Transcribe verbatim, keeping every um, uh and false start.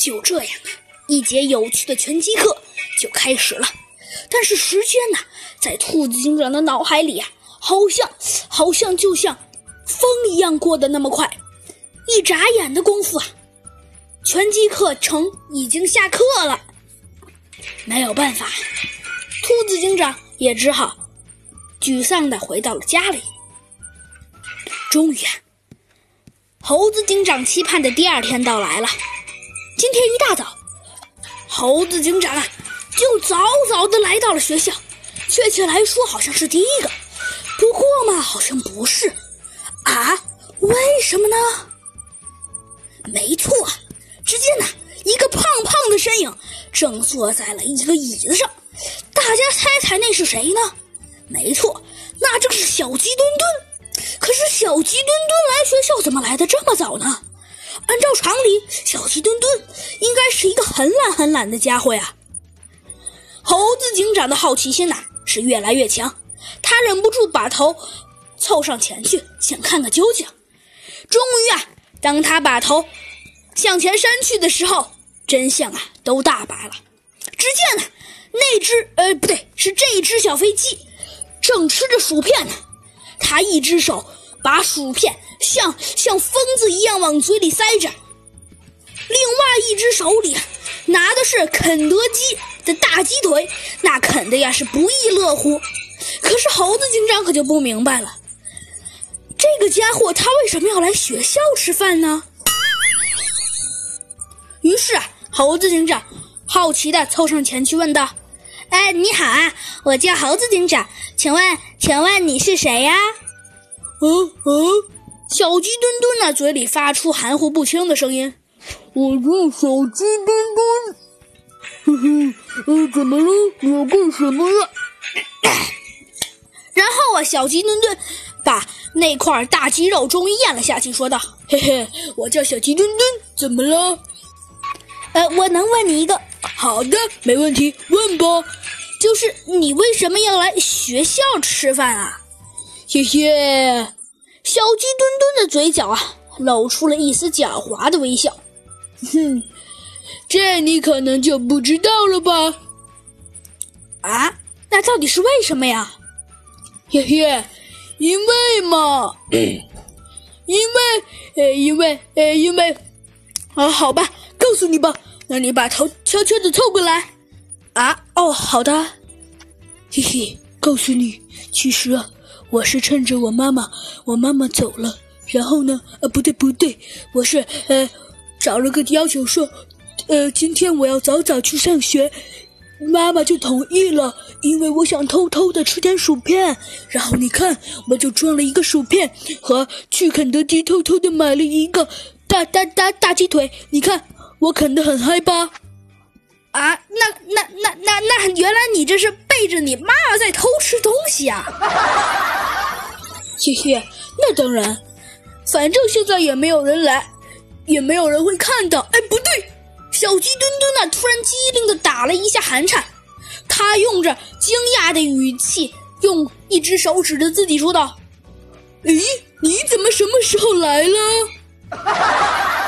就这样啊，一节有趣的拳击课就开始了。但是时间呢，在兔子警长的脑海里啊，好像好像就像风一样过得那么快。一眨眼的功夫啊，拳击课程已经下课了。没有办法，兔子警长也只好沮丧地回到了家里。终于啊，猴子警长期盼的第二天到来了。今天一大早，猴子警长啊就早早地来到了学校，确切来说好像是第一个，不过嘛好像不是啊，为什么呢？没错，只见呢一个胖胖的身影正坐在了一个椅子上，大家猜猜那是谁呢？没错，那正是小鸡墩墩。可是小鸡墩墩来学校怎么来的这么早呢？按照常理，小鸡墩墩应该是一个很懒很懒的家伙呀。猴子警长的好奇心呐、啊、是越来越强，他忍不住把头凑上前去，想看个究竟。终于啊，当他把头向前伸去的时候，真相啊都大白了。只见呢，那只呃不对，是这一只小飞机正吃着薯片呢。他一只手把薯片像像疯子一样往嘴里塞着，另外一只手里啊拿的是肯德基的大鸡腿，那啃的呀是不亦乐乎。可是猴子警长可就不明白了，这个家伙他为什么要来学校吃饭呢？于是啊，猴子警长好奇地凑上前去问道：哎，你好啊，我叫猴子警长，请问请问你是谁呀？嗯嗯，小鸡墩墩呢嘴里发出含糊不清的声音：我叫小鸡墩墩。嘿嘿，呃，怎么了？你要干什么呀？然后啊，小鸡墩墩把那块大鸡肉终于咽了下去，说道：嘿嘿，我叫小鸡墩墩，怎么了？呃，我能问你一个？好的，没问题，问吧。就是你为什么要来学校吃饭啊？嘿嘿，小鸡墩墩的嘴角啊露出了一丝狡猾的微笑。哼，这你可能就不知道了吧？啊，那到底是为什么呀？嘿嘿，因为嘛，因为，呃，因为，呃，因为，啊，好吧，告诉你吧，那你把头悄悄地凑过来。啊，哦，好的。嘿嘿，告诉你，其实啊，我是趁着我妈妈，我妈妈走了，然后呢，呃，不对不对，我是呃找了个要求说，呃，今天我要早早去上学，妈妈就同意了，因为我想偷偷的吃点薯片，然后你看，我就装了一个薯片，和去肯德基偷偷的买了一个大大大大鸡腿，你看我啃得很嗨吧？啊，那那那那那，原来你这是背着你妈妈在偷吃东西啊！嘿嘿，那当然，反正现在也没有人来，也没有人会看到。哎，不对，小鸡墩墩呢、啊，突然机灵地打了一下寒颤，他用着惊讶的语气，用一只手指着自己说道：“咦，你怎么什么时候来了？”